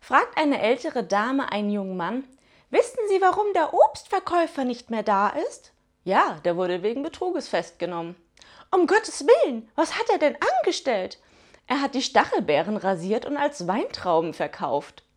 Fragt eine ältere Dame einen jungen Mann: Wissen Sie, warum der Obstverkäufer nicht mehr da ist? Ja, der wurde wegen Betruges festgenommen. Um Gottes Willen, was hat er denn angestellt? Er hat die Stachelbeeren rasiert und als Weintrauben verkauft.